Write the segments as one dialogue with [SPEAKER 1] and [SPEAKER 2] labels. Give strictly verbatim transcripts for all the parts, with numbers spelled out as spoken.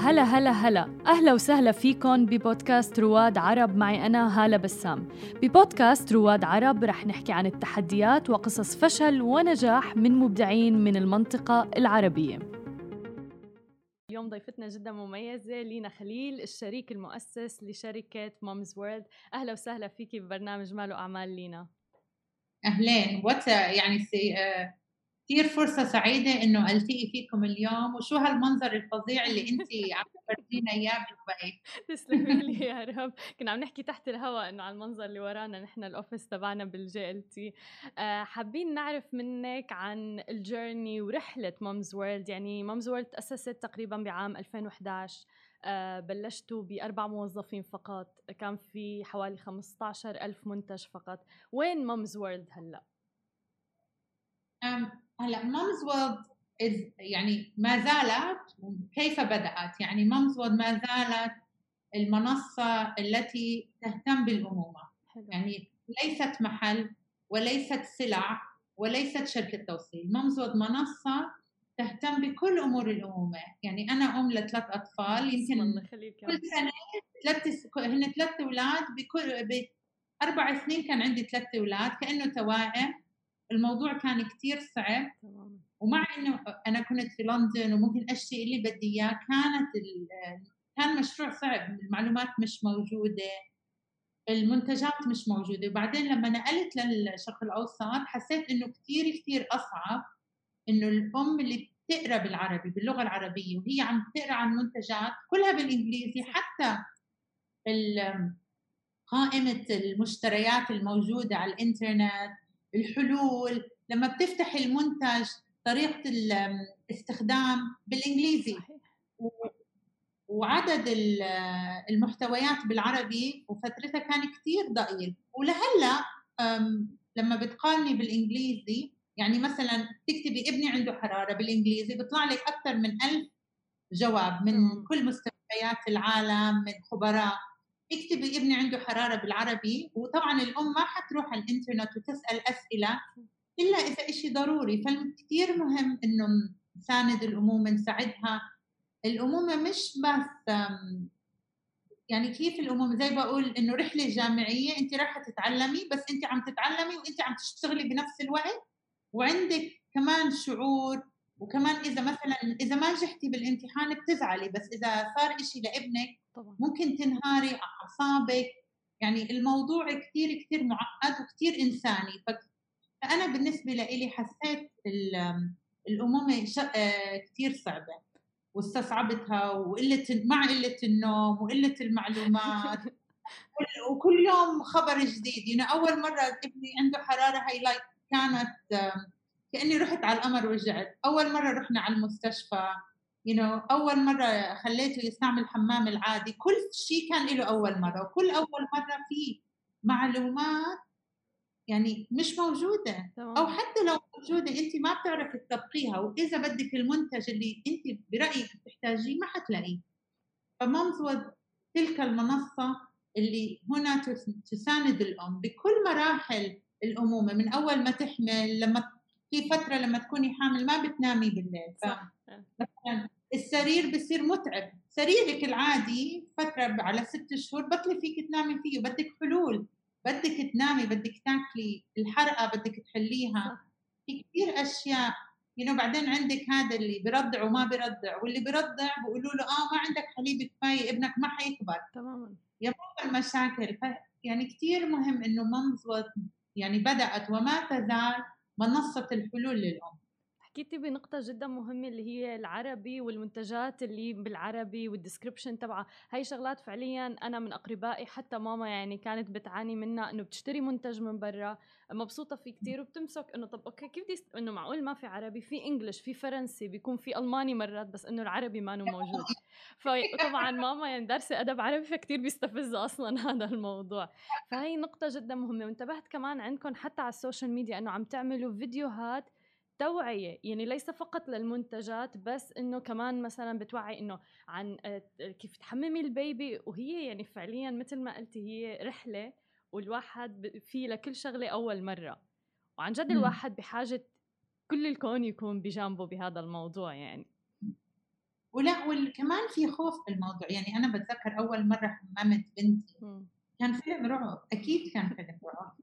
[SPEAKER 1] هلا هلا هلا أهلا وسهلا فيكن ببودكاست رواد عرب. معي أنا هالة بسام. ببودكاست رواد عرب رح نحكي عن التحديات وقصص فشل ونجاح من مبدعين من المنطقة العربية. اليوم ضيفتنا جدا مميزة، لينا خليل، الشريك المؤسس لشركة مومز وورلد. أهلا وسهلا فيكي ببرنامج ماله أعمال لينا.
[SPEAKER 2] أهلين. وات يعني سي آه، كثير فرصة سعيدة إنه ألتقي فيكم اليوم، وشو هالمنظر الفظيع اللي أنتِ عم تفرجينا إياه بدبي.
[SPEAKER 1] تسلمي لي يا رب. كنا عم نحكي تحت الهواء انه على المنظر اللي ورانا، نحن الاوفيس تبعنا بالجي ال تي. آه، حابين نعرف منك عن الجيرني ورحله مومز وورلد. يعني مومز وورلد تاسست تقريبا بعام ألفين وإحدى عشر. آه، بلشتوا بأربع موظفين فقط، كان في حوالي خمسة عشر ألف منتج فقط. وين مومز وورلد هلأ؟
[SPEAKER 2] آمم، هلأ مومز وورلد إز يعني ما زالت. كيف بدأت؟ يعني مومز وورلد ما زالت المنصة التي تهتم بالأمومة،
[SPEAKER 1] حلو.
[SPEAKER 2] يعني ليست محل وليست سلع وليست شركة توصيل. مومز وورلد منصة تهتم بكل أمور الأمومة. يعني أنا أم لثلاث أطفال،
[SPEAKER 1] اسم الله
[SPEAKER 2] يمكن
[SPEAKER 1] يخليك يا
[SPEAKER 2] كل
[SPEAKER 1] رب.
[SPEAKER 2] سنة ثلاث س هن ثلاث أولاد. بكل بأربع سنين كان عندي ثلاث أولاد، كأنه توائم. الموضوع كان كتير صعب،
[SPEAKER 1] تمام.
[SPEAKER 2] ومع إنه أنا كنت في لندن وممكن أشتري اللي بدي إياه، كانت ال كان مشروع صعب، المعلومات مش موجودة، المنتجات مش موجودة. وبعدين لمّا نقلت للشرق الأوسط حسيت إنه كتير كتير أصعب إنه الأم اللي بتقرا بالعربي باللغة العربية وهي عم تقرا عن منتجات كلها بالإنجليزي، حتى ال قائمة المشتريات الموجودة على الإنترنت، الحلول، لمّا بتفتحي المنتج طريقة الاستخدام بالإنجليزي.
[SPEAKER 1] صحيح.
[SPEAKER 2] و وعدد ال المحتويات بالعربي وفترتها كان كتير ضئيل. ولهلّأ آمم لمّا بتقارني بالإنجليزي، يعني مثلًا تكتبي ابني عنده حرارة بالإنجليزي بيطلع لِك أكتر من ألف جواب من
[SPEAKER 1] تمام.
[SPEAKER 2] كل مستشفيات العالم، من خبراء. اكتبي ابني عنده حرارة بالعربي، وطبعًا الأم ما حتروح على الإنترنت وتسأل أسئلة إلا إذا إشي ضروري. فكتير مهم إنه نساند الأمومة، نساعدها. الأمومة مش بس آمم، يعني كيف الأمومة، زي باقول إنه رحلة جامعية، أنتِ رايحة تتعلمي، بس أنتِ عم تتعلمي وأنتِ عم تشتغلي بنفس الوقت، وعندِك كمان شعور. وكمان إذا مثلًا إذا ما نجحتِ بالامتحان بتزعلي، بس إذا صار إشي لابنِك
[SPEAKER 1] طبعا.
[SPEAKER 2] ممكن تنهاري، أعصابِك. يعني الموضوع كتير كتير معقد وكتير إنساني. ف فأنا بالنسبة لإلي حسيت ال الأمومة ش آآ كتير صعبة، واستصعبتها، وقلة مع قلة النوم وقلة المعلومات. وكل وكل يوم خبر جديد. يعني أول مرة ابني عنده حرارة highlight كانت آم، كأني رُحت على القمر ورجعت. أول مرة رُحنا على المستشفى، you know أول مرة خلّيته يستعمل الحمام العادي. كل شي كان إله أول مرة، وكل أول مرة في معلومات يعني مش موجودة، أو
[SPEAKER 1] تمام.
[SPEAKER 2] حتى لو موجودة أنتِ ما بتعرفي تطبقيها، وإذا بدِّك المنتج اللي أنتِ برأيِك بتحتاجيه ما حتلاقيه. فمنصود تلك المنصة اللي هنا تس تساند الأم بكل مراحل الأمومة، من أول ما تحمل، لمّا في فترة لمّا تكوني حامل ما بتنامي بالليل،
[SPEAKER 1] صح. آه.
[SPEAKER 2] فمثلًا السرير بصير مُتعب. سريرِك العادي فترة ب على ست شهور بطلي فيكِ تنامي فيه، بدِّك حلول، بدِّك تنامي، بدِّك تاكلي، الحرقة بدِّك تحلّيها.
[SPEAKER 1] صح.
[SPEAKER 2] في كتير أشياء. you know بعدين عندِك هذا اللي بيرضع وما بيرضع، واللي بيرضع بيقولوا له آه ما عندك حليب كفاية، ابنك ما حيكبر.
[SPEAKER 1] تماما.
[SPEAKER 2] يا فوق المشاكل. ف يعني كتير مهم إنه منصة يعني بدأت وما تزال منصة الحلول للأم.
[SPEAKER 1] حكيتي بنقطة جدا مهمة اللي هي العربي والمنتجات اللي بالعربي والديسكريبشن تبعها. هاي شغلات فعليا أنا من أقربائي حتى ماما يعني كانت بتعاني منها، إنه بتشتري منتج من برا مبسوطة فيه كتير وبتمسك إنه طب أوكي كيف دي است- إنه معقول ما في عربي، في إنجليش، في فرنسي، بيكون في ألماني مرات، بس إنه العربي ما موجود. فطبعا ماما يعني دارسة أدب عربي فكتير بيستفزها أصلا هذا الموضوع. فهي نقطة جدا مهمة. وانتبهت كمان عندكم حتى على السوشيال ميديا إنه عم تعملوا فيديوهات توعية، يعني ليس فقط للمنتجات بس إنه كمان مثلا بتوعي إنه عن آه، كيف تحممي البيبي. وهي يعني فعليا مثل ما قلتي هي رحلة، والواحد ب- في لكل شغلة أول مرة، وعن جد
[SPEAKER 2] إمم.
[SPEAKER 1] الواحد بحاجة كل الكون يكون بجانبه بهذا الموضوع يعني.
[SPEAKER 2] ولأ وكمان في خوف بالموضوع، يعني أنا باتذكّر أول مرّة حمّمت بنتي
[SPEAKER 1] إمم.
[SPEAKER 2] كان فيلم رعب، أكيد كان فيلم رعب.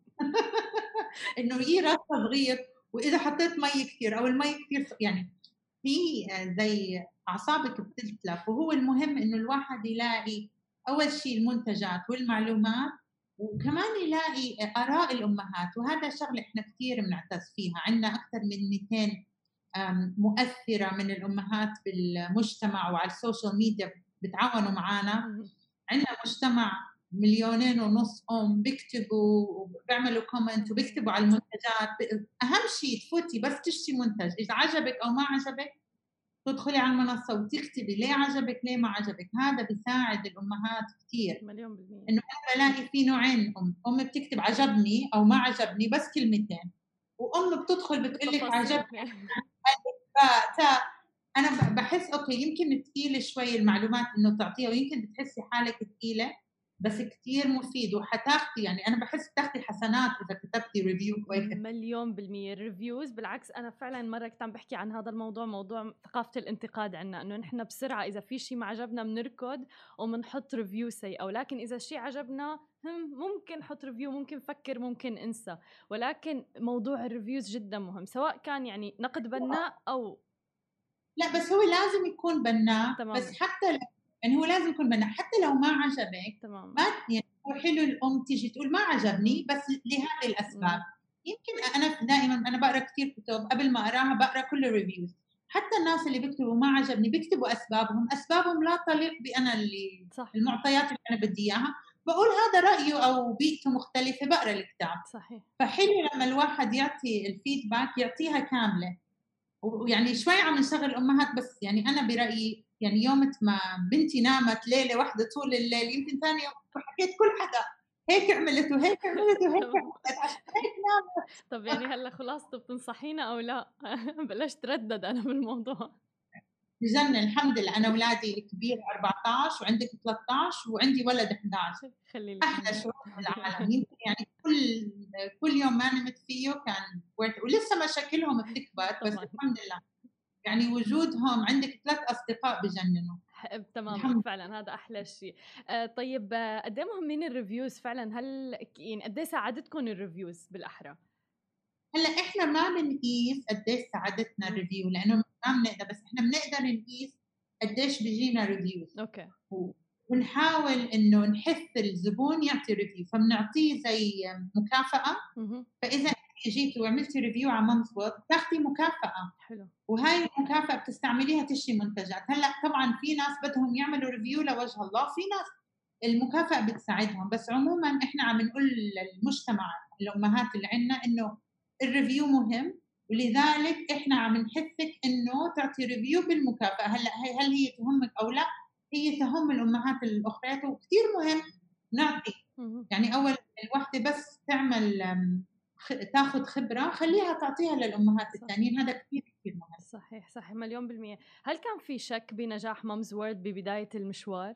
[SPEAKER 2] إنه هي راسها صغير وإذا حطيت مَي كتير أو المَي كتير ص يعني في آآ زي أعصابِك بتتلف، وهو المهم إنه الواحد يلاقي أول شي المنتجات والمعلومات، وكمان يلاقي أ آراء الأمهات، وهذا شغلة إحنا كتير بنعتز فيها، عندنا أكتر من مئتين آمم مؤثرة من الأمهات بالمجتمع وعلى السوشيال ميديا بيتعاونوا معانا،
[SPEAKER 1] اهم.
[SPEAKER 2] عندنا مجتمع مليونين ونص أم بيكتبوا وبيعملوا comment
[SPEAKER 1] صحيح.
[SPEAKER 2] وبيكتبوا على المنتجات، ب أهم شي تفوتي بس تشتري منتج، إذا عجبِك أو ما عجبِك تدخلي على المنصة وتكتبي ليه عجبِك، ليه ما عجبِك، هذا بيساعد الأمهات كتير،
[SPEAKER 1] مليون بالمِيّة.
[SPEAKER 2] إنه أنا بالاقي في نوعين أم، أم بتكتب عجبني أو ما عجبني بس كلمتين، وأم بتدخل بتقول لِك عجبني
[SPEAKER 1] بالتفاصيل.
[SPEAKER 2] ف ف أنا ب باحس أوكي يمكن تقيلة شوي المعلومات إنه تعطيها ويمكن بتحسّي حالِك تقيلة، بس كتير مفيد وحتاخدي يعني أنا باحس بتاخدي حسنات إذا كتبتِ review كويس.
[SPEAKER 1] مليون بالمية الريفيوز بالعكس أنا فعلًا مرّة كنت عم باحكي عن هذا الموضوع، موضوع ثقافة الانتقاد عندنا، إنه نحن بسرعة إذا في شي ما عجبنا بنركض وبنحط ريفيو سيئة، ولكن إذا الشي عجبنا هم ممكن نحط ريفيو، ممكن نفكر، ممكن انسى، ولكن موضوع الريفيوز جدًا مهم، سواء كان يعني نقد بناء أو
[SPEAKER 2] لأ، بس هو لازم يكون بنّاء، بس
[SPEAKER 1] تمامًا.
[SPEAKER 2] حتى لو يعني هو لازم يكون بنّاء، حتى لو ما عجبِك
[SPEAKER 1] تمامًا.
[SPEAKER 2] ما ت يعني هو حلو الأم تيجي تقول ما عجبني
[SPEAKER 1] اهم.
[SPEAKER 2] بس لهذه الأسباب،
[SPEAKER 1] اهم.
[SPEAKER 2] يمكن أنا دائمًا أنا باقرا كتير كُتب قبل ما أقراها باقرا كل الreviews حتى الناس اللي بيكتبوا ما عجبني بيكتبوا أسبابهم، أسبابهم لا تليق بأنا اللي
[SPEAKER 1] صح.
[SPEAKER 2] المعطيات اللي أنا بدي إياها، باقول هذا رأيه أو بيئته مختلفة باقرا الكتاب،
[SPEAKER 1] صحيح.
[SPEAKER 2] فحلو لمّا الواحد يعطي الfeedback يعطيها كاملة. ويعني شوي عم نشغّل الأمهات بس يعني أنا برأيي يعني يومة ما بنتي نامت ليلة واحدة طول الليل يمكن ثاني يوم حكيت كل حدا هيك عملت وهيك عملت وهيك
[SPEAKER 1] تمام.
[SPEAKER 2] عملت عشان هيك نامت.
[SPEAKER 1] طب يعني هلّأ خلاصته بتنصحينا أو لأ؟ بلشت أتردد أنا بالموضوع.
[SPEAKER 2] بجنن الحمد لله أنا ولادي الكبير أربعطعش وعندِك ثلاثطعش وعندي ولد إحدعش
[SPEAKER 1] خلّي لِك
[SPEAKER 2] أحلى
[SPEAKER 1] إياهم.
[SPEAKER 2] شعور بالعالم يمكن يعني كل كل يوم ما نمت فيه كان worth ولسه مشاكلهم بتكبر بس
[SPEAKER 1] طبعًا.
[SPEAKER 2] الحمد لله، يعني وجودهم عندِك ثلاث أصدقاء بجننوا
[SPEAKER 1] ح تمامًا
[SPEAKER 2] الحمد
[SPEAKER 1] فعلًا هذا أحلى شيء. آآ طيب آه، قد إيه مهمين الreviews فعلًا هل ك يعني قد إيه ساعدتكم الreviews بالأحرى؟
[SPEAKER 2] هلأ إحنا ما بنقيس قديش ساعدتنا
[SPEAKER 1] إمم.
[SPEAKER 2] الreview لإنه ما بنقدر بس إحنا بنقدر نقيس قديش بيجينا reviews
[SPEAKER 1] أوكي.
[SPEAKER 2] و ونحاول إنه نحث الزبون يعطي review فبنعطيه زي مكافأة،
[SPEAKER 1] اهم.
[SPEAKER 2] فإذا أنتِ جيتِ وعملتِ review على ممسوق بتاخدي مكافأة،
[SPEAKER 1] حلو.
[SPEAKER 2] وهاي المكافأة بتستعمليها تشتري منتجات، هلأ طبعًا في ناس بدهم يعملوا review لوجه الله، في ناس المكافأة بتساعدهم، بس عمومًا إحنا عم نقول للمجتمع الأمهات اللي عندنا إنه الreview مهم، ولذلك إحنا عم نحثِّك إنه تعطي review بالمكافأة، هلأ هي هل هي تهمِّك أو لأ، هي تهم الأمهات الأخريات وكتير مهم نعطي،
[SPEAKER 1] اهم.
[SPEAKER 2] يعني أول الوحدة بس تعمل آمم خ تاخد خبرة خلّيها تعطيها للأمهات
[SPEAKER 1] صح.
[SPEAKER 2] التانيين، هذا كتير، كتير مهم.
[SPEAKER 1] صحيح، صحيح مليون بالمِيّة. هل كان في شك بنجاح Mom's World ببداية المشوار؟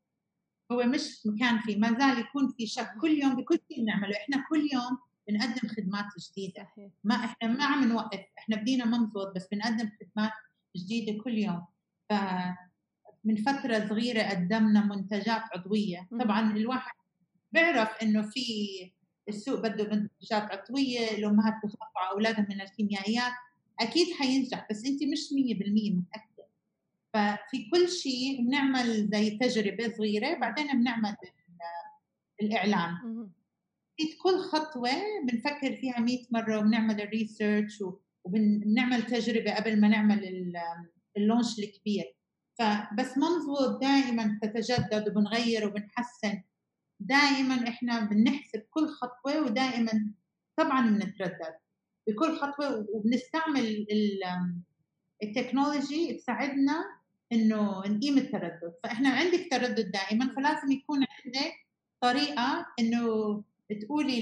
[SPEAKER 2] هو مش كان في، ما زال يكون في شك كل يوم بكل شيء بنعمله، إحنا كل يوم بنقدّم خدمات جديدة،
[SPEAKER 1] صحيح.
[SPEAKER 2] ما إحنا ما عم نوقّف، إحنا بدينا منظور بس بنقدّم خدمات جديدة كل يوم، فمن فترة صغيرة قدّمنا منتجات عضوية،
[SPEAKER 1] اهم.
[SPEAKER 2] طبعًا الواحد بيعرف إنه في السوق بده منتجات عضوية، الأمهات بخافوا على أولادهم من الكيميائيات، أكيد حينجح بس أنتِ مش مية بالمية متأكدة. ففي كل شيء بنعمل زي تجربة صغيرة
[SPEAKER 1] إمم.
[SPEAKER 2] بعدين بنعمل الإعلان
[SPEAKER 1] اهم.
[SPEAKER 2] أكيد كل خطوة بنفكر فيها مئة مرة وبنعمل الريسيرش وبنعمل تجربة قبل ما نعمل اللونش الكبير فبس منظور دائما تتجدد وبنغير وبنحسن دائما احنا بنحسب كل خطوة ودائما طبعا بنتردد بكل خطوة وبنستعمل ال- التكنولوجي تساعدنا إنه نقيم التردد، فإحنا عندِك تردد دائمًا
[SPEAKER 1] تمام.
[SPEAKER 2] فلازم يكون عندِك طريقة إنه تقولي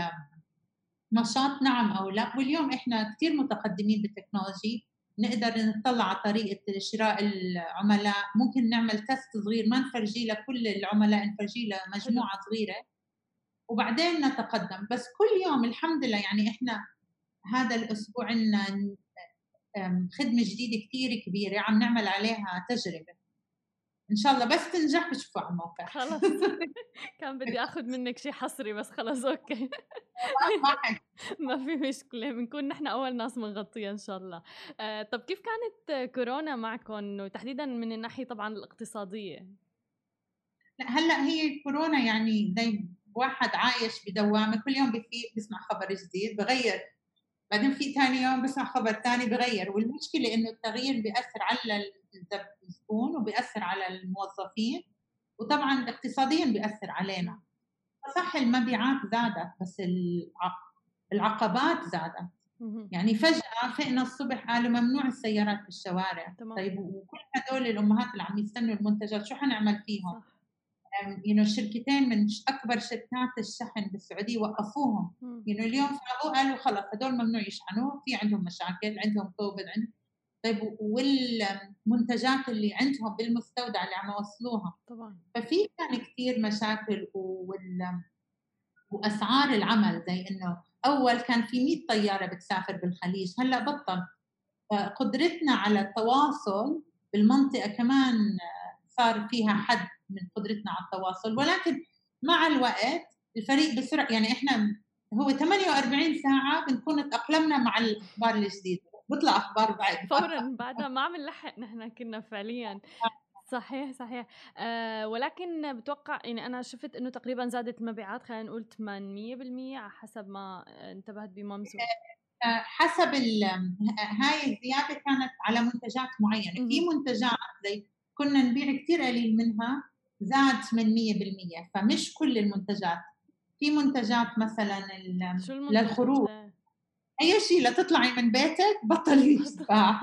[SPEAKER 2] للنشاط نعم أو لأ، واليوم إحنا كتير متقدمين بالتكنولوجي نقدر نطلّع على طريقة شراء العملاء، ممكن نعمل تيست صغير ما نفرجيه لكل العملاء، نفرجيه
[SPEAKER 1] حلو.
[SPEAKER 2] لمجموعة صغيرة وبعدين نتقدم، بس كل يوم الحمد لله يعني إحنا هذا الأسبوع عندنا خدمة جديدة كتير كبيرة عم نعمل عليها تجربة، إن شاء الله بس تنجح بتشوفوا على الموقع.
[SPEAKER 1] خلص كان بدي آخذ منِّك شي حصري بس خلص أوكي. ما في مشكلة، بنكون نحن أول ناس بنغطيها إن شاء الله. آآ طَب كيف كانت كورونا معكم وتحديدًا من الناحية طبعًا الاقتصادية؟
[SPEAKER 2] لأ هلأ هي كورونا يعني زي واحد عايش بدوامة، كل يوم بفيق بيسمع خبر جديد بغيّر، بعدين في تاني يوم بيسمع خبر تاني بغيّر، والمشكلة إنه التغيير بيأثّر على الزب الزبون وبيأثّر على الموظفين، وطبعًا اقتصاديًا بيأثّر علينا.
[SPEAKER 1] إمم.
[SPEAKER 2] صح المبيعات زادت بس الع العقبات زادت،
[SPEAKER 1] اهم.
[SPEAKER 2] يعني فجأة فقنا الصبح قالوا ممنوع السيارات في الشوارع،
[SPEAKER 1] تمام.
[SPEAKER 2] طيب وكل هدول الأمهات اللي عم يستنوا المنتجات شو حنعمل فيهم؟
[SPEAKER 1] صح.
[SPEAKER 2] آمم you know شركتين من ش أكبر شركات الشحن بالسعودية وقّفوهم،
[SPEAKER 1] إمم.
[SPEAKER 2] you know اليوم فاقوا قالوا خلص هدول ممنوع يشحنوا، في عندهم مشاكل، عندهم COVID عند طيب والمنتجات اللي عندهم بالمستودع اللي عم يوصلوها،
[SPEAKER 1] طبعًا.
[SPEAKER 2] ففي كان كتير مشاكل وال وأسعار العمل زي إنه أول كان في مية طيارة بتسافر بالخليج، هلأ بطّل، فقدرتنا على التواصل بالمنطقة كمان صار فيها حد من قدرتنا على التواصل، ولكن مع الوقت الفريق بسرعة يعني إحنا هو ثمانية وأربعين ساعة بنكون تأقلمنا مع الأخبار الجديدة، بيطلع أخبار بعدها.
[SPEAKER 1] فورًا بعدها ما عم نلحق نحن كنا فعليًا. صحيح، صحيح. آآ ولكن باتوقع يعني أنا شُفت إنه تقريبًا زادت المبيعات خلّينا نقول ثمانمية بالمية على حسب ما انتبهت بمامزو.
[SPEAKER 2] آآ حسب ال هاي الزيادة كانت على منتجات معيّنة، في
[SPEAKER 1] اهم.
[SPEAKER 2] منتجات زي كنا نبيع كتير قليل منها زاد ثمانمية بالمية فمش كل المنتجات، في منتجات مثلًا ال
[SPEAKER 1] شو المنتجات؟
[SPEAKER 2] للخروج،
[SPEAKER 1] إيه.
[SPEAKER 2] أي شي لتطلعي من بيتِك بطّل
[SPEAKER 1] بط
[SPEAKER 2] يتباع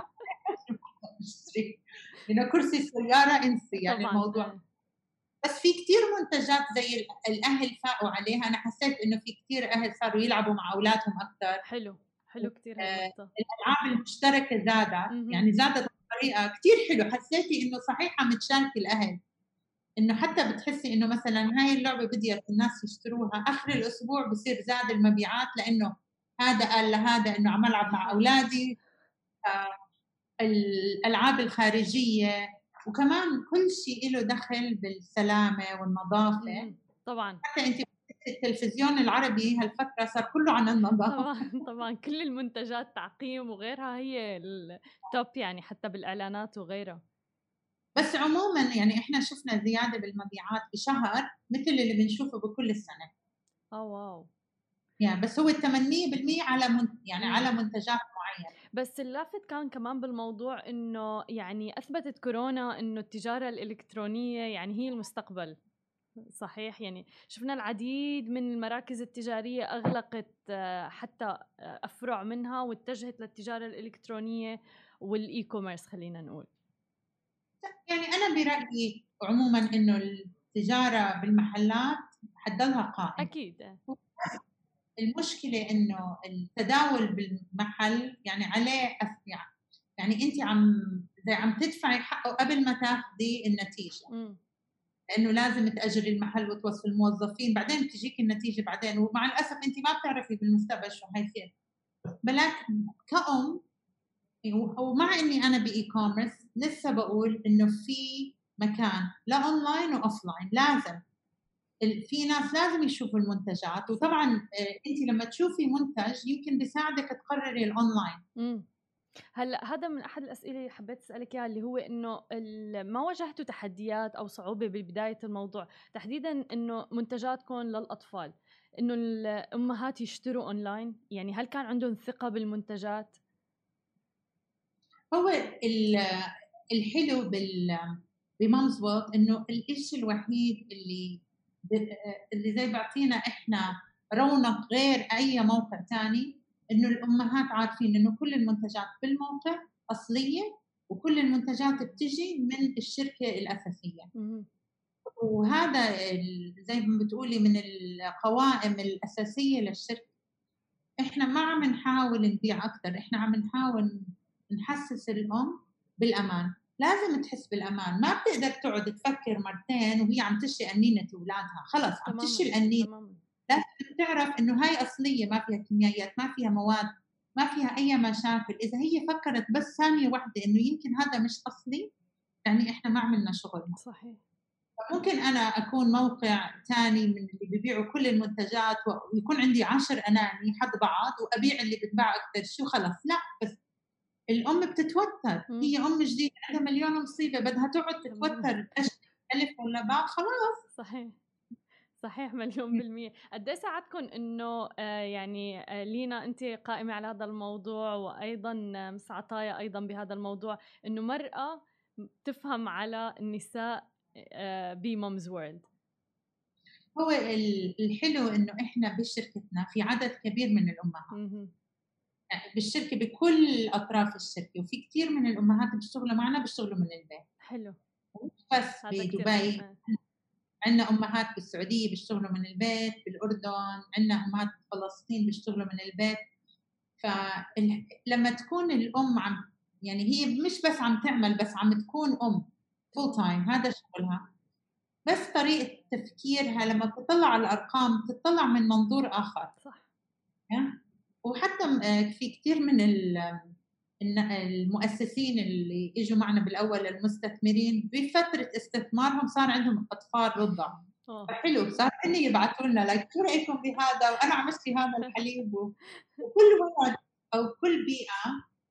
[SPEAKER 2] اشتري لإنه كرسي السيارة انسي يعني
[SPEAKER 1] طبعًا.
[SPEAKER 2] الموضوع
[SPEAKER 1] إيه.
[SPEAKER 2] بس في كتير منتجات زي ال الأهل فاقوا عليها، أنا حسيت إنه في كتير أهل صاروا يلعبوا مع أولادهم أكتر.
[SPEAKER 1] حلو، حلو كتير
[SPEAKER 2] آآ
[SPEAKER 1] هالنقطة.
[SPEAKER 2] الألعاب المشتركة زادت،
[SPEAKER 1] اهم.
[SPEAKER 2] يعني زادت بطريقة كتير حلو، حسّيتِ إنه صحيح عم تشاركي الأهل، إنه حتى بتحسّي إنه مثلًا هاي اللعبة بديت الناس يشتروها، آخر الأسبوع بصير زاد المبيعات لإنه هذا قال لهذا إنه عم ألعب مع
[SPEAKER 1] صحيح.
[SPEAKER 2] أولادي، آآ الألعاب الخارجية، وكمان كل شي إله دخل بالسلامة والنضافة،
[SPEAKER 1] اهم. طبعًا.
[SPEAKER 2] حتى أنتِ بتحسّي التلفزيون العربي هالفترة صار كلّه عن النضافة.
[SPEAKER 1] طبعًا، طبعًا كل المنتجات تعقيم وغيرها هي الtop يعني حتى بالإعلانات وغيرها.
[SPEAKER 2] بس عمومًا يعني إحنا شُفنا زيادة بالمبيعات بشهر مثل اللي بنشوفه بكل السنة،
[SPEAKER 1] آه واو!
[SPEAKER 2] يعني بس هو ثمانمية بالمية على من يعني
[SPEAKER 1] إمم.
[SPEAKER 2] على منتجات معيّنة.
[SPEAKER 1] بس اللافت كان كمان بالموضوع إنه يعني أثبتت كورونا إنه التجارة الإلكترونية يعني هي المستقبل. صحيح، يعني شفنا العديد من المراكز التجارية أغلقت آه، حتى آه، أفرع منها واتجهت للتجارة الإلكترونية والإي-كوميرس خلّينا نقول.
[SPEAKER 2] يعني أنا برأيي عمومًا إنه التجارة بالمحلات حتضلها قائمة،
[SPEAKER 1] أكيد. إيه.
[SPEAKER 2] المشكلة إنه التداول بالمحل يعني عليه أث يعني يعني أنتِ عم زي عم تدفعي حقه قبل ما تاخدي النتيجة.
[SPEAKER 1] إمم.
[SPEAKER 2] لأنه لازم تأجري المحل وتوظفي الموظفين، بعدين بتجيكِ النتيجة بعدين، ومع الأسف أنتِ ما بتعرفي بالمستقبل شو حيصير، ولكن كأم ومع إني أنا بإي-كوميرس لسه باقول إنه في مكان لأونلاين وأوفلاين، لازم ال في ناس لازم يشوفوا المنتجات،
[SPEAKER 1] صح.
[SPEAKER 2] وطبعًا آآ أنتِ لمّا تشوفي منتج يمكن بيساعدِك تقرري الأونلاين.
[SPEAKER 1] إمم. هلأ هذا من أحد الأسئلة اللي حبيت أسألِك إياها اللي هو إنه ال ما واجهتوا تحديات أو صعوبة ببداية الموضوع، تحديدًا إنه منتجاتكم للأطفال، إنه الأمهات يشتروا أونلاين، يعني هل كان عندهم ثقة بالمنتجات؟
[SPEAKER 2] هو ال الحلو بال بمامز وورلد إنه الإشي الوحيد اللي ب اللي زي بيعطينا إحنا رونق غير أي موقع تاني، إنه الأمهات عارفين إنه كل المنتجات بالموقع أصلية، وكل المنتجات بتيجي من الشركة الأساسية،
[SPEAKER 1] اهم.
[SPEAKER 2] وهذا ال زي ما بتقولي من القوائم الأساسية للشركة. إحنا ما عم نحاول نبيع أكتر، إحنا عم نحاول نحسّس الأم بالأمان، لازم تحس بالأمان، ما بتقدر تقعد تفكّر مرتين وهي عم تشّي قنينة ولادها، خلص عم تشّي
[SPEAKER 1] تمامًا.
[SPEAKER 2] القنينة،
[SPEAKER 1] تمامًا.
[SPEAKER 2] لازم تعرف إنه هاي أصلية ما فيها كيميائيات، ما فيها مواد ما فيها أي مشاكل. إذا هي فكرت بس ثانية واحدة إنه يمكن هذا مش أصلي، يعني إحنا ما عملنا شغلنا.
[SPEAKER 1] صحيح.
[SPEAKER 2] ممكن أنا أكون موقع تاني من اللي بيبيعوا كل المنتجات ويكون عندي عشر أناني حد بعض وأبيع اللي بتباع أكتر شو خلص، لأ بس الأم بتتوتر،
[SPEAKER 1] إمم.
[SPEAKER 2] هي أم جديدة عندها مليون مصيبة بدها تقعد
[SPEAKER 1] تمامًا.
[SPEAKER 2] تتوتر أشتري ألف والّا باء خلاص.
[SPEAKER 1] صحيح. صحيح مليون بالمية. قد إيه ساعدكم إنه آآ يعني آآ لينا أنتِ قائمة على هذا الموضوع وأيضًا مس عطايا أيضًا بهذا الموضوع، إنه مرأة تفهم على النساء آآ بMom's World.
[SPEAKER 2] هو ال الحلو إنه إحنا بشركتنا في عدد كبير من الأمهات،
[SPEAKER 1] اهم.
[SPEAKER 2] يعني بالشركة بكل أطراف الشركة، وفي كتير من الأمهات بيشتغلوا معنا بيشتغلوا من البيت،
[SPEAKER 1] حلو.
[SPEAKER 2] مش بس
[SPEAKER 1] هذا كتير حلو.
[SPEAKER 2] بدبي،
[SPEAKER 1] آه.
[SPEAKER 2] عندنا أمهات بالسعودية بيشتغلوا من البيت، بالأردن، عندنا أمهات بفلسطين بيشتغلوا من البيت. فال لمّا تكون الأم عم يعني هي مش بس عم تعمل، بس عم تكون أم full
[SPEAKER 1] تمام.
[SPEAKER 2] time هذا شغلها، بس طريقة تفكيرها لمّا بتطلّع على الأرقام بتطلّع من منظور آخر.
[SPEAKER 1] صح.
[SPEAKER 2] ها؟ وحتى م آآ في كتير من ال الن المؤسسين اللي إجوا معنا بالأول المستثمرين بفترة استثمارهم صار عندهم أطفال رضع،
[SPEAKER 1] آه.
[SPEAKER 2] فحلو صار هن يبعتوا لنا like شو رأيكم بهذا وأنا عم أشتري هذا الحليب و وكل ولد أو كل بيئة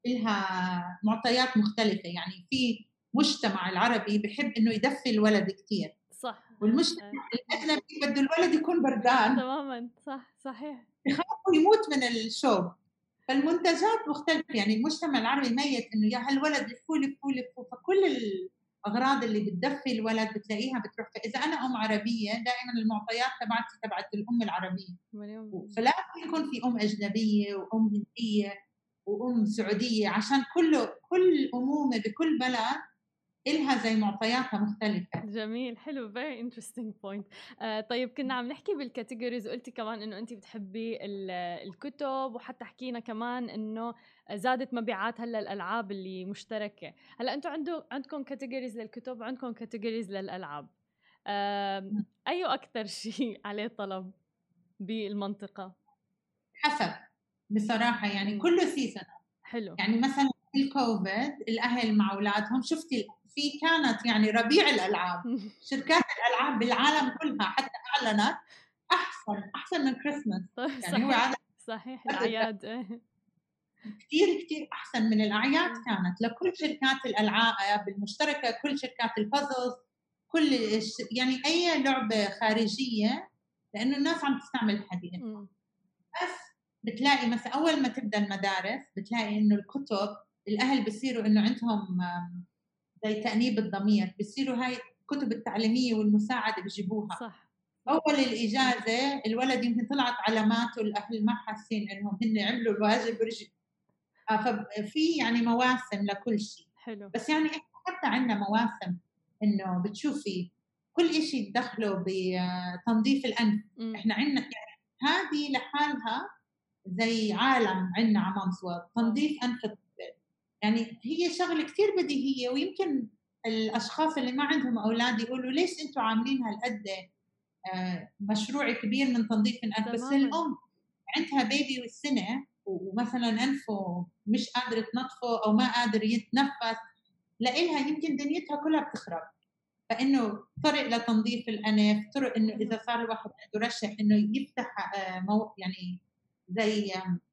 [SPEAKER 2] إلها معطيات مختلفة، يعني في مجتمع العربي بيحب إنه يدفي الولد كتير،
[SPEAKER 1] صح. آه. آه.
[SPEAKER 2] والمجتمع الأجنبي بده الولد يكون بردان
[SPEAKER 1] تمامًا. صح. صحيح.
[SPEAKER 2] بيخافوا يموت من الشوك. فالمنتجات مختلفة، يعني المجتمع العربي ميت إنه يا هالولد لفّوه لفّوه لفّوه، فكل الأغراض اللي بتدفّي الولد بتلاقيها بتروح. فإذا أنا أم عربية دائمًا المعطيات تبعتي تبعة الأم العربية،
[SPEAKER 1] مليون
[SPEAKER 2] و
[SPEAKER 1] بالمِيّة.
[SPEAKER 2] فلازم يكون في أم أجنبية وأم هندية وأم سعودية عشان كل كل أمومة بكل بلد إلها زي معطياتها مختلفة.
[SPEAKER 1] جميل، حلو very interesting point. آآ طيب كنا عم نحكي بالcategories وقُلتِ كمان إنه أنتِ بتحبّي ال الكُتب وحتى حكينا كمان إنه زادت مبيعات هلّأ الألعاب اللي مشتركة. هلّأ أنتم عندو عندكم categories للكُتب وعندكم categories للألعاب. آمم أيو أكتر شي عليه طلب بالمنطقة؟
[SPEAKER 2] حسب بصراحة يعني
[SPEAKER 1] إمم.
[SPEAKER 2] كُلّه seasonal.
[SPEAKER 1] حلو.
[SPEAKER 2] يعني مثلًا بالكوفيد الأهل مع أولادهم شُفتِ في كانت يعني ربيع الألعاب، شركات الألعاب بالعالم كلها حتى أعلنت أحسن أحسن من كريسماس،
[SPEAKER 1] طيب
[SPEAKER 2] يعني هو
[SPEAKER 1] صحيح.
[SPEAKER 2] عادة
[SPEAKER 1] صحيح الأعياد. إيه.
[SPEAKER 2] كتير كتير أحسن من الأعياد
[SPEAKER 1] إمم.
[SPEAKER 2] كانت لكل شركات الألعاب المشتركة، كل شركات الpuzzles كل الش يعني أي لعبة خارجية لإنه الناس عم تستعمل الحديث.
[SPEAKER 1] إمم.
[SPEAKER 2] بس بتلاقي مثلًا أول ما تبدأ المدارس بتلاقي إنه الكُتب الأهل بصيروا إنه عندهم آمم زي تأنيب الضمير، بصيروا هاي الكُتب التعليمية والمساعدة بيجيبوها.
[SPEAKER 1] صح. صح.
[SPEAKER 2] أول الإجازة الولد يمكن طلعت علامات والأهل ما حاسين إنهم هن عملوا الواجب ورجعوا. آه، ففي يعني مواسم لكل شيء.
[SPEAKER 1] حلو.
[SPEAKER 2] بس يعني إحنا حتى عندنا مواسم إنه بتشوفي كل إشي تدخله بتنظيف الأنف.
[SPEAKER 1] إمم.
[SPEAKER 2] إحنا عندنا يعني هذه لحالها زي عالم عندنا على مامسوات
[SPEAKER 1] آه.
[SPEAKER 2] تنظيف أنف الطفل. يعني هي شغلة كتير بديهية ويمكن الأشخاص اللي ما عندهم أولاد يقولوا ليش أنتم عاملين هالقد آه، مشروع كبير من تنظيف الأنف. بس
[SPEAKER 1] تمامًا.
[SPEAKER 2] الأم عندها بيبي والسنة ومثلا أنفه مش قادر تنظفه أو ما قادر يتنفس لإلها يمكن دنيتها كلها بتخرب. فإنه طرق لتنظيف الأنف، طرق إنه
[SPEAKER 1] حلو.
[SPEAKER 2] إذا صار الواحد عنده رشح إنه يفتح آه، مو يعني زي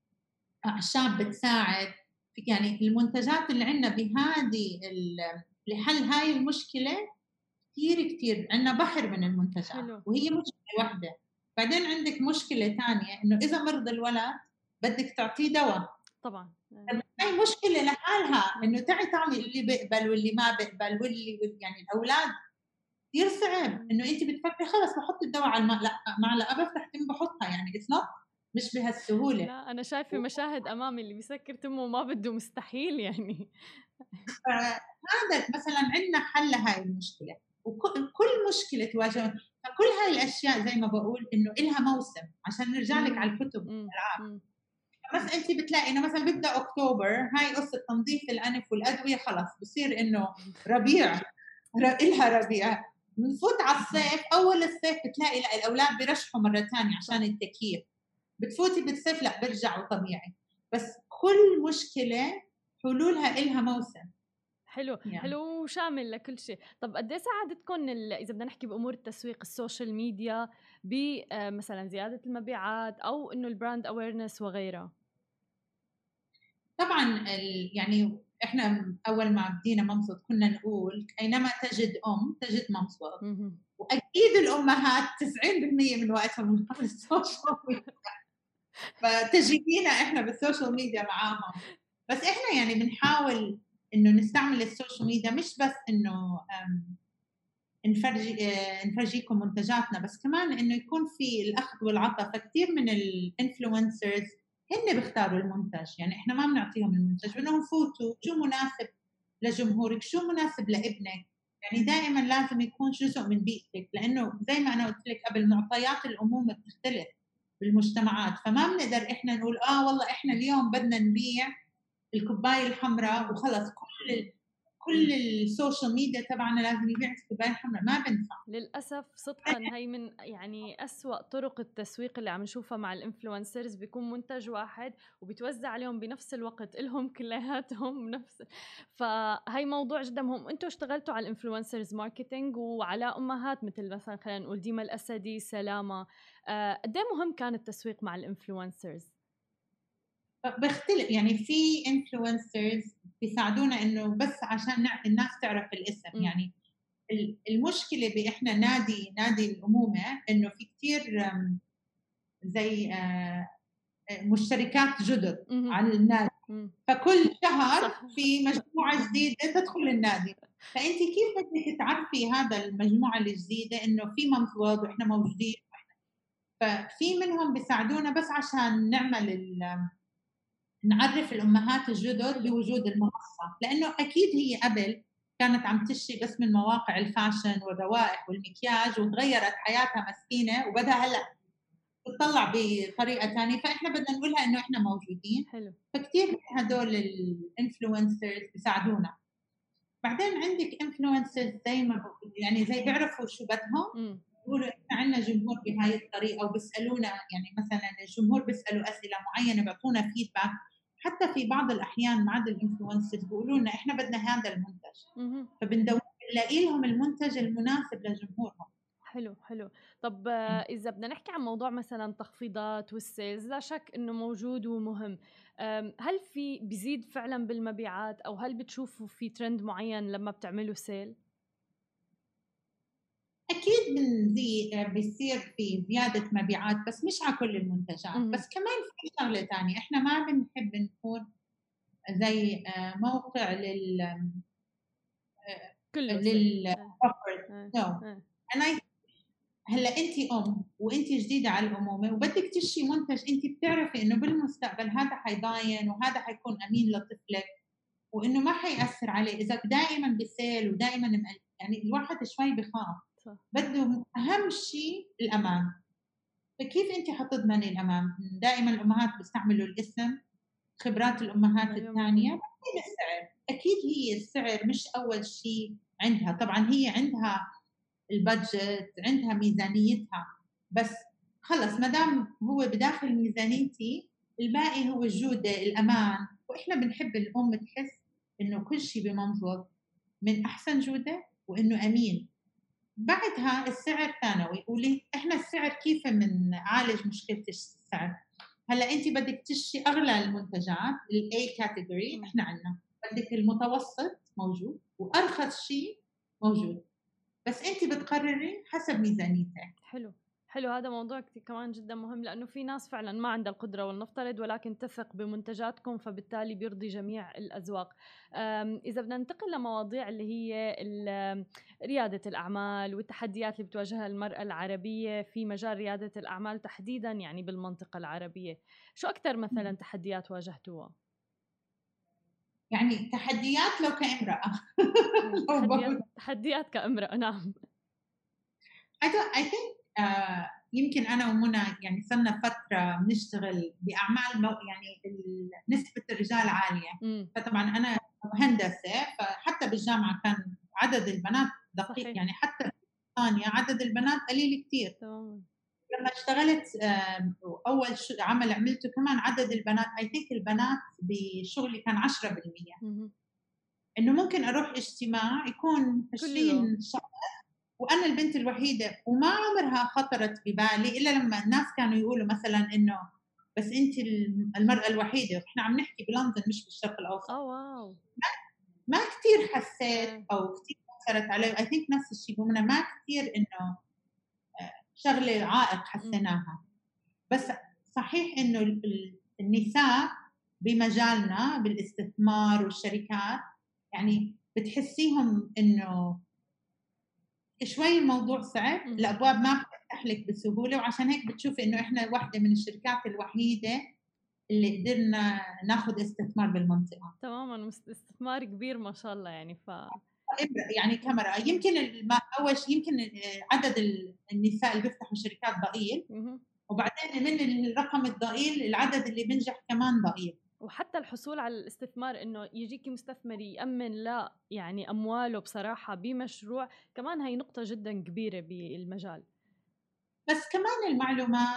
[SPEAKER 2] أعشاب بتساعد. يعني المنتجات اللي عندنا بهذه لحل هاي المشكلة كتير كتير عندنا بحر من المنتجات
[SPEAKER 1] حلو.
[SPEAKER 2] وهي مشكلة واحدة. بعدين عندك مشكلة تانية إنه إذا مرض الولد بدك تعطيه دواء.
[SPEAKER 1] طبعًا.
[SPEAKER 2] طب
[SPEAKER 1] آه.
[SPEAKER 2] هاي مشكلة لحالها
[SPEAKER 1] إمم.
[SPEAKER 2] إنه تعي تعمل اللي بيقبل واللي ما بيقبل واللي يعني الأولاد كتير صعب
[SPEAKER 1] إمم.
[SPEAKER 2] إنه أنتِ بتفكري خلص باحط الدوا على المعلقة معلقة بافتح تم باحطها يعني it's not مش بهالسهولة.
[SPEAKER 1] لأ أنا شايفة مشاهد أمامي اللي بيسكّر تمه وما بده مستحيل يعني.
[SPEAKER 2] فهذا مثلًا عندنا حل لهاي المشكلة، وك كل مشكلة تواجهنا فكل هاي الأشياء زي ما باقول إنه إلها موسم، عشان نرجع لِك
[SPEAKER 1] إمم.
[SPEAKER 2] على الكتب
[SPEAKER 1] إمم.
[SPEAKER 2] والألعاب.
[SPEAKER 1] إمم.
[SPEAKER 2] مثلًا أنتِ بتلاقي إنه مثلًا بيبدأ أكتوبر هاي قصة تنظيف الأنف والأدوية خلص بصير إنه ربيع ر إلها ربيع. بنفوت على الصيف أول الصيف بتلاقي لأ الأولاد بيرشحوا مرة تانية
[SPEAKER 1] صح.
[SPEAKER 2] عشان التكييف. بتفوتي بالصيف لأ بيرجعوا طبيعي. بس كل مشكلة حلولها إلها موسم.
[SPEAKER 1] حلو
[SPEAKER 2] يعني.
[SPEAKER 1] حلو وشامل لكل شيء. طب قد ايه ساعدتكم اذا بدنا نحكي بامور التسويق السوشيال ميديا بمثلا زياده المبيعات او انه البراند اويرنس وغيرها؟
[SPEAKER 2] طبعا ال... يعني احنا اول ما بدينا ممصد كنا نقول اينما تجد ام تجد ممصد، واكيد الامهات تسعين بالمية من وقتهم على السوشيال ميديا، فتجيبينا احنا بالسوشيال ميديا معاهم. بس احنا يعني بنحاول انه نستعمل السوشيال ميديا مش بس انه نفرجي نفرجيكم منتجاتنا، بس كمان انه يكون في الاخذ والعطاء. فكثير من الانفلونسرز هن بيختاروا المنتج، يعني احنا ما بنعطيهم المنتج، بدهم يفوتوا شو مناسب لجمهورك، شو مناسب لابنك. يعني دائما لازم يكون جزء من بيئتك، لانه زي ما انا قلت لك قبل، معطيات الامومه بتختلف بالمجتمعات، فما بنقدر احنا نقول اه والله احنا اليوم بدنا نبيع الكوبايه الحمراء وخلص كل كل السوشيال ميديا تبعنا لازم يبيع الكوبايه الحمراء، ما بنفع.
[SPEAKER 1] للاسف صدقا هي من يعني أسوأ طرق التسويق اللي عم نشوفها مع الانفلونسرز، بيكون منتج واحد وبيتوزع عليهم بنفس الوقت لهم كلياتهم نفس. فهي موضوع جدا مهم. انتم اشتغلتوا على الانفلونسرز ماركتينج وعلى امهات مثل مثلا خلينا نقول ديما الاسدي، سلامه، آه، قد ايه مهم كان التسويق مع الانفلونسرز؟
[SPEAKER 2] بختلف، يعني في انفلونسرز بيساعدونا انه بس عشان الناس تعرف الاسم. م. يعني المشكله باحنا نادي نادي الامومه انه في كثير زي مشتركات جدد على النادي، فكل شهر في مجموعه جديده تدخل النادي، فانت كيف بدك تعرفي هذا المجموعه الجديده انه في ممزوج واحنا موجودين؟ ففي منهم بيساعدونا بس عشان نعمل نعرف الامهات الجدد بوجود المنصه، لانه اكيد هي قبل كانت عم تشتري بس من مواقع الفاشن والروائح والمكياج وتغيرت حياتها مسكينه وبدها هلا تطلع بطريقه ثانيه، فاحنا بدنا نقولها انه احنا موجودين.
[SPEAKER 1] حلو.
[SPEAKER 2] فكتير من هدول الانفلونسرز بيساعدونا. بعدين عندك انفلونسرز زي ما يعني زي بيعرفوا شو بدهم، بيقولوا احنا عندنا جمهور بهاي الطريقه وبيسالونا، يعني مثلا الجمهور بيسالوا اسئله معينه بيعطونا فيدباك. حتى في بعض الاحيان مع الانفلونسرز بيقولوا لنا احنا بدنا هذا المنتج، فبندور نلاقي لهم المنتج المناسب لجمهورهم.
[SPEAKER 1] حلو حلو. طب إذا بدنا نحكي عن موضوع مثلا تخفيضات والسيلز، لا شك إنه موجود ومهم. هل في بيزيد فعلا بالمبيعات أو هل بتشوفوا في ترند معين لما بتعملوا سيل؟
[SPEAKER 2] أكيد بنزيد، بيصير في زيادة مبيعات بس مش على كل المنتجات. م- بس كمان في شغلة ثانية، إحنا ما بنحب نكون زي موقع لل
[SPEAKER 1] كله
[SPEAKER 2] لل no. أنا هلا أنت أم وأنت جديدة على الأمومة وبدك تشتري منتج أنت بتعرفي إنه بالمستقبل هذا حيضاين وهذا حيكون أمين لطفلك وإنه ما حيأثر عليه، إذا دائما بسيل ودائما يعني الواحد شوي بخاف. بده أهم شيء الأمان. فكيف أنت حتضمني الأمان؟ دائما الأمهات بيستعملوا الاسم، خبرات الأمهات الثانية، بعدين السعر. أكيد هي السعر مش أول شيء عندها، طبعا هي عندها البادجت، عندها ميزانيتها، بس خلص ما دام هو بداخل ميزانيتي الباقي هو الجودة الأمان. وإحنا بنحب الأم تحس إنه كل شيء بمنظور من أحسن جودة وإنه أمين. بعدها السعر ثانوي. ولي احنا السعر كيف بنعالج مشكله السعر؟ هلا انت بدك تشتري اغلى المنتجات الاي كاتيجوري، احنا عندنا. بدك المتوسط موجود وارخص شيء موجود، بس انت بتقرري حسب ميزانيتك.
[SPEAKER 1] حلو حلو. هذا موضوع كمان جدا مهم، لأنه في ناس فعلا ما عندها القدرة ولنفترض ولكن تثق بمنتجاتكم، فبالتالي بيرضي جميع الأذواق. إذا بدنا ننتقل لمواضيع اللي هي ريادة الأعمال والتحديات اللي بتواجهها المرأة العربية في مجال ريادة الأعمال تحديدا يعني بالمنطقة العربية، شو أكثر مثلا تحديات واجهتوها؟
[SPEAKER 2] يعني تحديات لو كامرأة
[SPEAKER 1] تحديات, تحديات كامرأة. نعم.
[SPEAKER 2] I, I think uh, يمكن أنا ومنى يعني صرنا فترة بنشتغل بأعمال مو يعني نسبة الرجال عالية. م. فطبعا أنا مهندسة، فحتى بالجامعة كان عدد البنات دقيق. صحيح. يعني حتى في بريطانيا عدد البنات قليل كتير. لما اشتغلت آم، اول ش- عمل عملته كمان عدد البنات اي ثينك البنات بشغلي كان عشرة بالمية.
[SPEAKER 1] مهم.
[SPEAKER 2] انه ممكن اروح اجتماع يكون
[SPEAKER 1] كله
[SPEAKER 2] عشرين شخص وانا البنت الوحيده، وما عمرها خطرت ببالي الا لما الناس كانوا يقولوا مثلا انه بس انت المراه الوحيده، واحنا عم نحكي بلندن مش بالشرق الاوسط.
[SPEAKER 1] اه واو.
[SPEAKER 2] ما كثير حسيت
[SPEAKER 1] آه.
[SPEAKER 2] او كثير اثرت علي. اي ثينك نفس الشيء بمنا ما كثير انه شغله عائق
[SPEAKER 1] مم.
[SPEAKER 2] حسيناها. بس صحيح انه ال- النساء بمجالنا بالاستثمار والشركات يعني بتحسيهم انه شوي الموضوع صعب،
[SPEAKER 1] مهم.
[SPEAKER 2] الابواب ما بتفتح لك بسهوله، وعشان هيك بتشوفي انه احنا واحده من الشركات الوحيده اللي قدرنا ناخذ استثمار بالمنطقه.
[SPEAKER 1] تماما، مست- استثمار كبير ما شاء الله يعني ف
[SPEAKER 2] إبرة يعني كاميرا.
[SPEAKER 1] مم.
[SPEAKER 2] يمكن الم- اول شيء يمكن عدد ال- النساء اللي بيفتحوا شركات ضئيل،
[SPEAKER 1] مهم.
[SPEAKER 2] وبعدين من الرقم الضئيل العدد اللي بينجح كمان ضئيل.
[SPEAKER 1] وحتى الحصول على الاستثمار انه يجيكي مستثمر يأمن لا يعني امواله بصراحة بمشروع، كمان هي نقطة جدا كبيرة بالمجال.
[SPEAKER 2] بس كمان المعلومات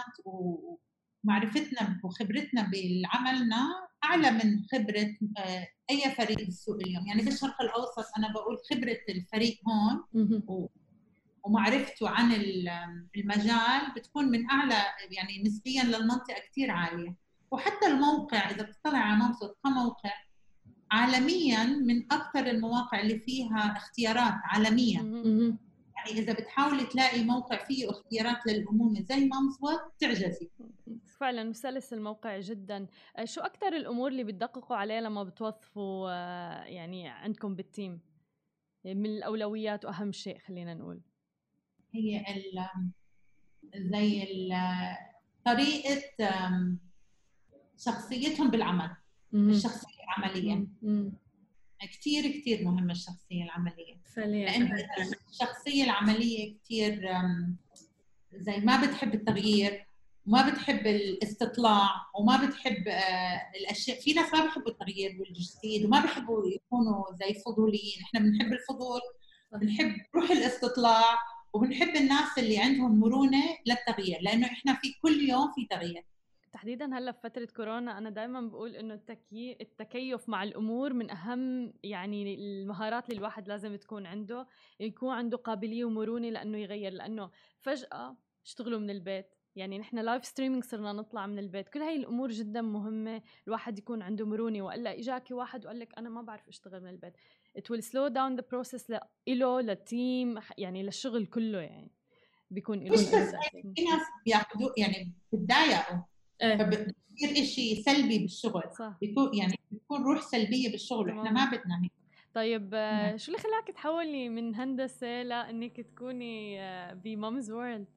[SPEAKER 2] ومعرفتنا وخبرتنا بعملنا أعلى من خبرة آه، أي فريق بالسوق اليوم. يعني بالشرق الأوسط أنا بقول خبرة الفريق هون و- ومعرفته عن ال- المجال بتكون من أعلى، يعني نسبيا للمنطقة كتير عالية. وحتى الموقع إذا بتطلع على منصة كموقع عالميا من أكثر المواقع اللي فيها اختيارات عالميا.
[SPEAKER 1] مهم.
[SPEAKER 2] يعني إذا بتحاولي تلاقي موقع فيه اختيارات للأمومة زي منصوت تعجزي.
[SPEAKER 1] فعلا سلس الموقع جدا. آه، شو أكتر الأمور اللي بتدققوا عليها لما بتوظفوا آه، يعني عندكم بالتيم من الأولويات وأهم شيء خلينا نقول؟
[SPEAKER 2] هي ال زي ال طريقة أم، شخصيتهم بالعمل،
[SPEAKER 1] مهم.
[SPEAKER 2] الشخصية العملية.
[SPEAKER 1] مهم.
[SPEAKER 2] كتير كتير مهمة الشخصية العملية،
[SPEAKER 1] فعليا
[SPEAKER 2] لأنه إذا الشخصية العملية كتير أم، زي ما بتحب التغيير وما بتحب الاستطلاع وما بتحب آه، الاشياء. في ناس ما بيحبوا التغيير والجديد وما بيحبوا يكونوا زي فضوليين. احنا بنحب الفضول، بنحب روح الاستطلاع، وبنحب الناس اللي عندهم مرونة للتغيير، لانه احنا في كل يوم في تغيير.
[SPEAKER 1] تحديدا هلا في فترة كورونا أنا دائما بقول إنه التكي... التكيف مع الأمور من أهم يعني المهارات اللي الواحد لازم تكون عنده، يكون عنده قابلية ومرونة لأنه يغير، لأنه فجأة اشتغلوا من البيت، يعني نحن لايف ستريمينج صرنا نطلع من البيت، كل هاي الأمور جدا مهمة الواحد يكون عنده مرونة. وإلا إجاكي واحد وقال لك أنا ما بعرف أشتغل من البيت، it will slow down the process لإله للتيم يعني للشغل كله، يعني بيكون
[SPEAKER 2] مش
[SPEAKER 1] له
[SPEAKER 2] بس هيك، في ناس بياخذوا يعني بتضايقوا،
[SPEAKER 1] ايه
[SPEAKER 2] فبصير شيء سلبي بالشغل،
[SPEAKER 1] صح
[SPEAKER 2] بيكون يعني بيكون روح سلبية بالشغل، واحنا ما
[SPEAKER 1] تماما.
[SPEAKER 2] بدنا هيك.
[SPEAKER 1] طيب آه، شو اللي خلاك تحولي من هندسة لأنك تكوني آه، بمامز وورلد؟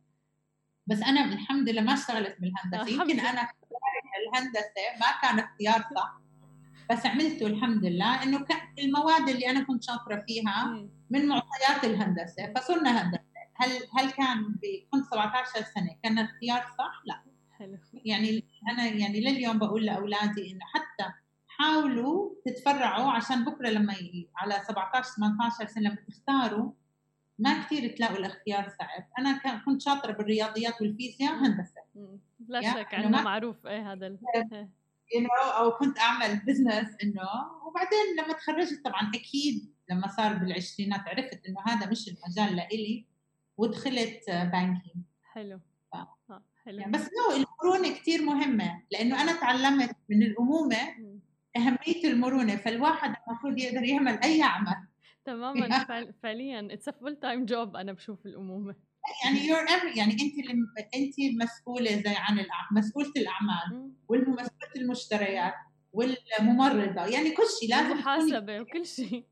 [SPEAKER 2] بس انا الحمد لله ما اشتغلت
[SPEAKER 1] آه،
[SPEAKER 2] بالهندسه.
[SPEAKER 1] الحمد
[SPEAKER 2] يمكن
[SPEAKER 1] لله.
[SPEAKER 2] انا الهندسه ما كان اختيار صح، بس عملته الحمد لله. انه كان المواد اللي انا كنت شاطره فيها
[SPEAKER 1] مم،
[SPEAKER 2] من معطيات الهندسه فصرنا هندسه. هل هل كان ب- كنت سبعطعش سنه كان اختيار صح؟ لا.
[SPEAKER 1] حلو.
[SPEAKER 2] يعني انا يعني لليوم بقول لاولادي انه حتى حاولوا تتفرعوا عشان بكره لما ي... على سبعطعش ثمانية عشر سنه لما تختاروا ما كثير تلاقوا الاختيار صعب. انا كان- كنت شاطره بالرياضيات والفيزياء
[SPEAKER 1] مم،
[SPEAKER 2] هندسه،
[SPEAKER 1] مم. لا
[SPEAKER 2] يا
[SPEAKER 1] شك
[SPEAKER 2] انه
[SPEAKER 1] عنا
[SPEAKER 2] ما
[SPEAKER 1] معروف ايه هذا ال... إيه.
[SPEAKER 2] you know او كنت اعمل بزنس انه. وبعدين لما تخرجت طبعا اكيد لما صار بالعشرينات عرفت انه هذا مش المجال لإلي ودخلت بانكينج.
[SPEAKER 1] حلو.
[SPEAKER 2] ف...
[SPEAKER 1] اه حلو.
[SPEAKER 2] يعني بس نو المرونه كثير مهمه، لانه انا
[SPEAKER 1] طبعا.
[SPEAKER 2] تعلمت من الامومه
[SPEAKER 1] مم.
[SPEAKER 2] اهميه المرونه. فالواحد المفروض يقدر يعمل اي عمل.
[SPEAKER 1] تماما فعل... فعليا it's a full time job أنا بشوف الأمومة.
[SPEAKER 2] يعني you're every يعني انت اللي انت مسؤوله زي عن الأع... مسؤوله الاعمال
[SPEAKER 1] مم.
[SPEAKER 2] والمسؤوله المشتريات والممرضه، يعني كل شيء لازم تكوني
[SPEAKER 1] والمحاسبة وكل شيء.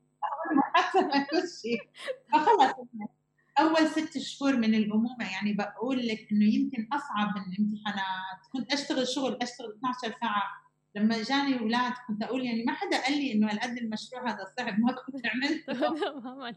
[SPEAKER 2] محاسبه كل شيء. فخلص اول ست شهور من الامومه يعني بقول لك انه يمكن اصعب من الامتحانات. كنت اشتغل شغل اشتغل اثنعش ساعه. لما جاني اولاد كنت اقول يعني ما حدا قال لي انه هالقد المشروع هذا صعب ما كنت عملته.
[SPEAKER 1] تماما.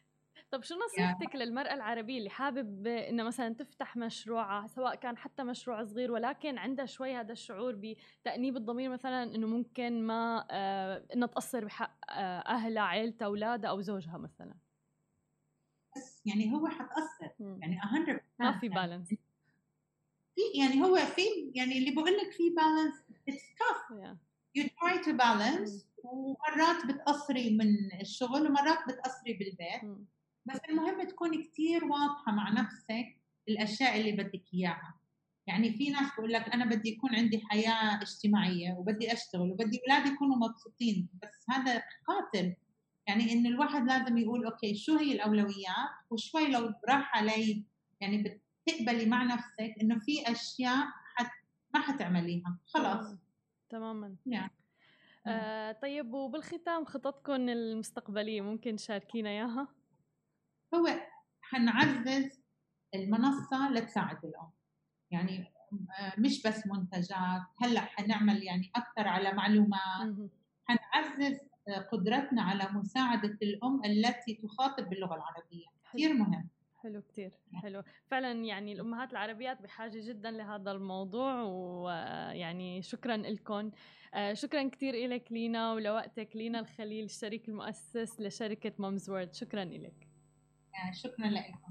[SPEAKER 1] طب شو
[SPEAKER 2] يعني
[SPEAKER 1] نصيحتك للمرأة العربية اللي حابب إنها مثلا تفتح مشروعها، سواء كان حتى مشروع صغير ولكن عندها شوي هذا الشعور بتأنيب الضمير مثلا إنه ممكن ما آه إنها تقصر بحق آه أهلها عيلتها أولادها أو زوجها مثلا؟
[SPEAKER 2] بس يعني هو حتاثر
[SPEAKER 1] مم.
[SPEAKER 2] يعني مية بالمية
[SPEAKER 1] ما في
[SPEAKER 2] يعني
[SPEAKER 1] بالانس.
[SPEAKER 2] في يعني هو في يعني اللي بقول لك في بالانس it's tough
[SPEAKER 1] yeah.
[SPEAKER 2] you try to balance
[SPEAKER 1] م.
[SPEAKER 2] ومرات بتقصري من الشغل ومرات بتقصري بالبيت
[SPEAKER 1] م.
[SPEAKER 2] بس المهم تكوني كتير واضحة مع نفسك الأشياء اللي بدك إياها. يعني في ناس بقول لك أنا بدي يكون عندي حياة اجتماعية وبدي أشتغل وبدي أولادي يكونوا مبسوطين بس هذا قاتل. يعني إن الواحد لازم يقول أوكي شو هي الأولويات وشوي لو راح علي يعني بتقبلي مع نفسك إنه في أشياء حت ما حتعمليها خلاص.
[SPEAKER 1] تماما.
[SPEAKER 2] يعني.
[SPEAKER 1] آه طيب وبالختام خططكم المستقبلية ممكن تشاركينا إياها؟
[SPEAKER 2] هو حنعزز المنصة لتساعد الأم يعني مش بس منتجات هلأ حنعمل يعني أكثر على معلومات حنعزز قدرتنا على مساعدة الأم التي تخاطب باللغة العربية كثير مهم.
[SPEAKER 1] حلو كتير حلو فعلا يعني الأمهات العربيات بحاجة جدا لهذا الموضوع ويعني شكرا لكم. شكرا كتير إلك لينا ولوقتك لينا الخليل الشريك المؤسس لشركة مامز وورد. شكرا إلك.
[SPEAKER 2] شكرا لكم.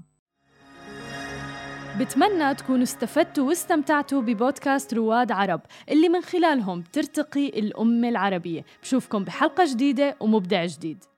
[SPEAKER 1] بتمنى تكونوا استفدتوا واستمتعتوا ببودكاست رواد عرب اللي من خلالهم ترتقي الأمة العربية. بشوفكم بحلقة جديدة ومبدع جديد.